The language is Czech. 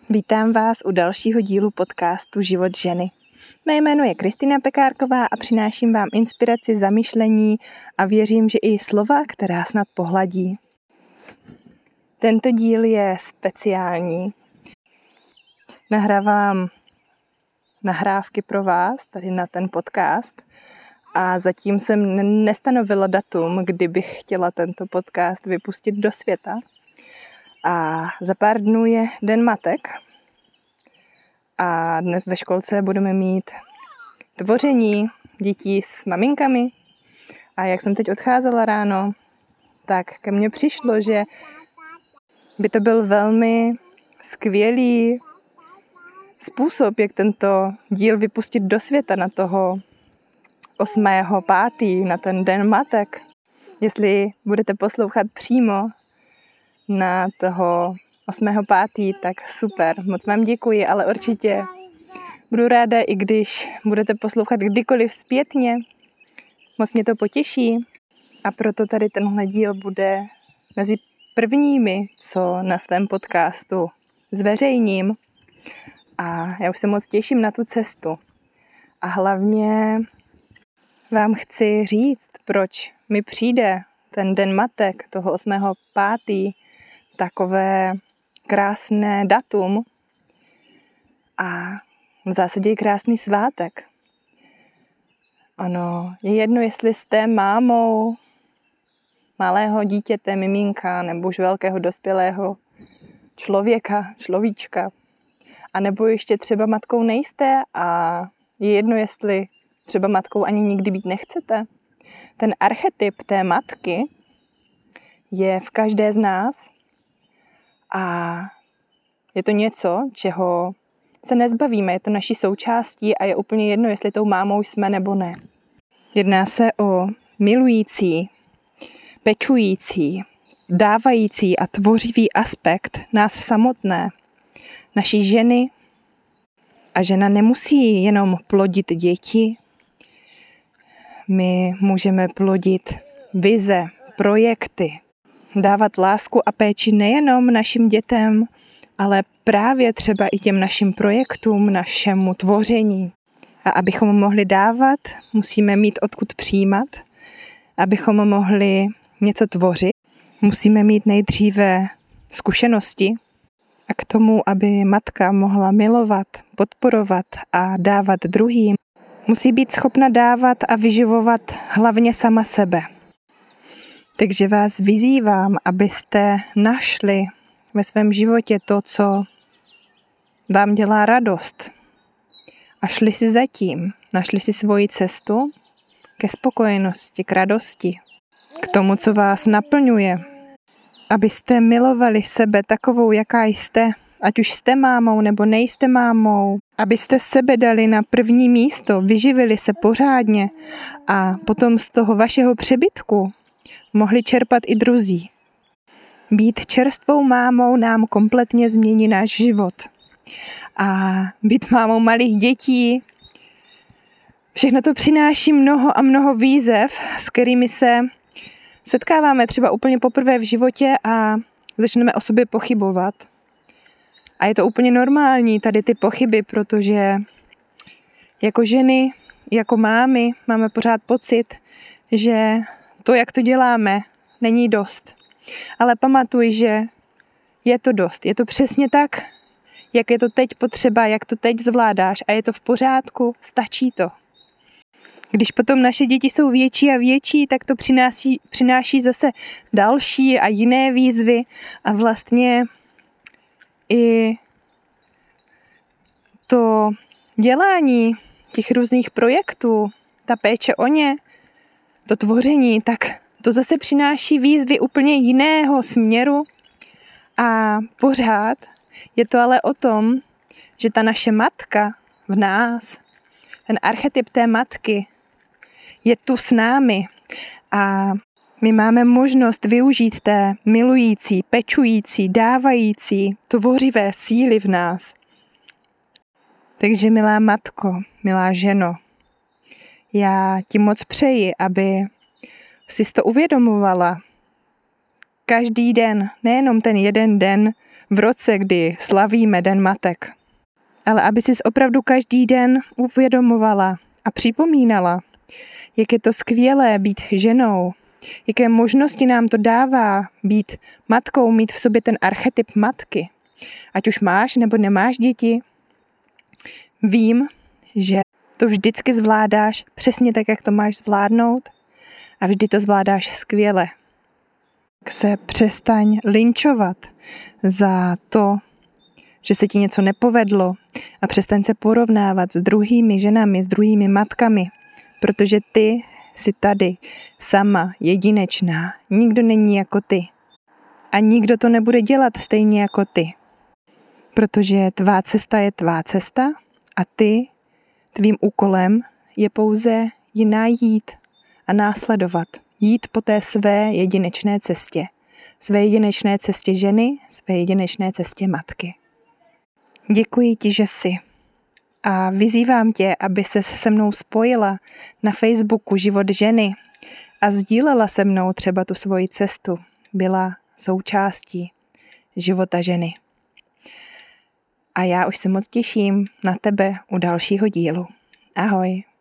Vítám vás u dalšího dílu podcastu Život ženy. Mé jméno je Kristýna Pekárková a přináším vám inspiraci, zamyšlení a věřím, že i slova, která snad pohladí. Tento díl je speciální. Nahrávám nahrávky pro vás tady na ten podcast a zatím jsem nestanovila datum, kdy bych chtěla tento podcast vypustit do světa. A za pár dnů je Den matek a dnes ve školce budeme mít tvoření dětí s maminkami. A jak jsem teď odcházela ráno, tak ke mně přišlo, že by to byl velmi skvělý způsob, jak tento díl vypustit do světa na toho 8.5., na ten Den matek. Jestli budete poslouchat přímo na toho 8.5., tak super, moc vám děkuji, ale určitě budu ráda, i když budete poslouchat kdykoliv zpětně. Moc mě to potěší a proto tady tenhle díl bude mezi prvními, co na svém podcastu zveřejním. A já už se moc těším na tu cestu. A hlavně vám chci říct, proč mi přijde ten Den matek toho 8.5. takové krásné datum a v zásadě krásný svátek. Ono je jedno, jestli jste mámou malého dítěte, miminka nebo už velkého dospělého človíčka. A nebo ještě třeba matkou nejste a je jedno, jestli třeba matkou ani nikdy být nechcete. Ten archetyp té matky je v každé z nás a je to něco, čeho se nezbavíme, je to naší součástí a je úplně jedno, jestli tou mámou jsme nebo ne. Jedná se o milující, pečující, dávající a tvořivý aspekt nás samotné, naší ženy. A žena nemusí jenom plodit děti, my můžeme plodit vize, projekty, dávat lásku a péči nejenom našim dětem, ale právě třeba i těm našim projektům, našemu tvoření. A abychom mohli dávat, musíme mít odkud přijímat. Abychom mohli něco tvořit, musíme mít nejdříve zkušenosti. A k tomu, aby matka mohla milovat, podporovat a dávat druhým, musí být schopna dávat a vyživovat hlavně sama sebe. Takže vás vyzývám, abyste našli ve svém životě to, co vám dělá radost. A šli si za tím, našli si svoji cestu ke spokojenosti, k radosti, k tomu, co vás naplňuje. Abyste milovali sebe takovou, jaká jste, ať už jste mámou nebo nejste mámou. Abyste sebe dali na první místo, vyživili se pořádně a potom z toho vašeho přebytku mohli čerpat i druzí. Být čerstvou mámou nám kompletně změní náš život. A být mámou malých dětí, všechno to přináší mnoho a mnoho výzev, s kterými se setkáváme třeba úplně poprvé v životě a začneme o sobě pochybovat. A je to úplně normální tady ty pochyby, protože jako ženy, jako mámy máme pořád pocit, že to, jak to děláme, není dost. Ale pamatuj, že je to dost. Je to přesně tak, jak je to teď potřeba, jak to teď zvládáš a je to v pořádku, stačí to. Když potom naše děti jsou větší a větší, tak to přináší zase další a jiné výzvy a vlastně i to dělání těch různých projektů, ta péče o ně, to tvoření, tak to zase přináší výzvy úplně jiného směru a pořád je to ale o tom, že ta naše matka v nás, ten archetyp té matky je tu s námi a my máme možnost využít té milující, pečující, dávající, tvořivé síly v nás. Takže milá matko, milá ženo, já ti moc přeji, aby jsi to uvědomovala každý den, nejenom ten jeden den v roce, kdy slavíme Den matek. Ale aby jsi opravdu každý den uvědomovala a připomínala, jak je to skvělé být ženou, jaké možnosti nám to dává být matkou, mít v sobě ten archetyp matky. Ať už máš nebo nemáš děti, vím, že to vždycky zvládáš přesně tak, jak to máš zvládnout a vždy to zvládáš skvěle. Tak se přestaň lynčovat za to, že se ti něco nepovedlo a přestaň se porovnávat s druhými ženami, s druhými matkami, protože ty jsi tady sama, jedinečná. Nikdo není jako ty. A nikdo to nebude dělat stejně jako ty. Protože tvá cesta je tvá cesta a ty, tvým úkolem je pouze ji najít a následovat. Jít po té své jedinečné cestě. Své jedinečné cestě ženy, své jedinečné cestě matky. Děkuji ti, že jsi. A vyzývám tě, aby se se mnou spojila na Facebooku Život ženy a sdílela se mnou třeba tu svoji cestu. Byla součástí života ženy. A já už se moc těším na tebe u dalšího dílu. Ahoj.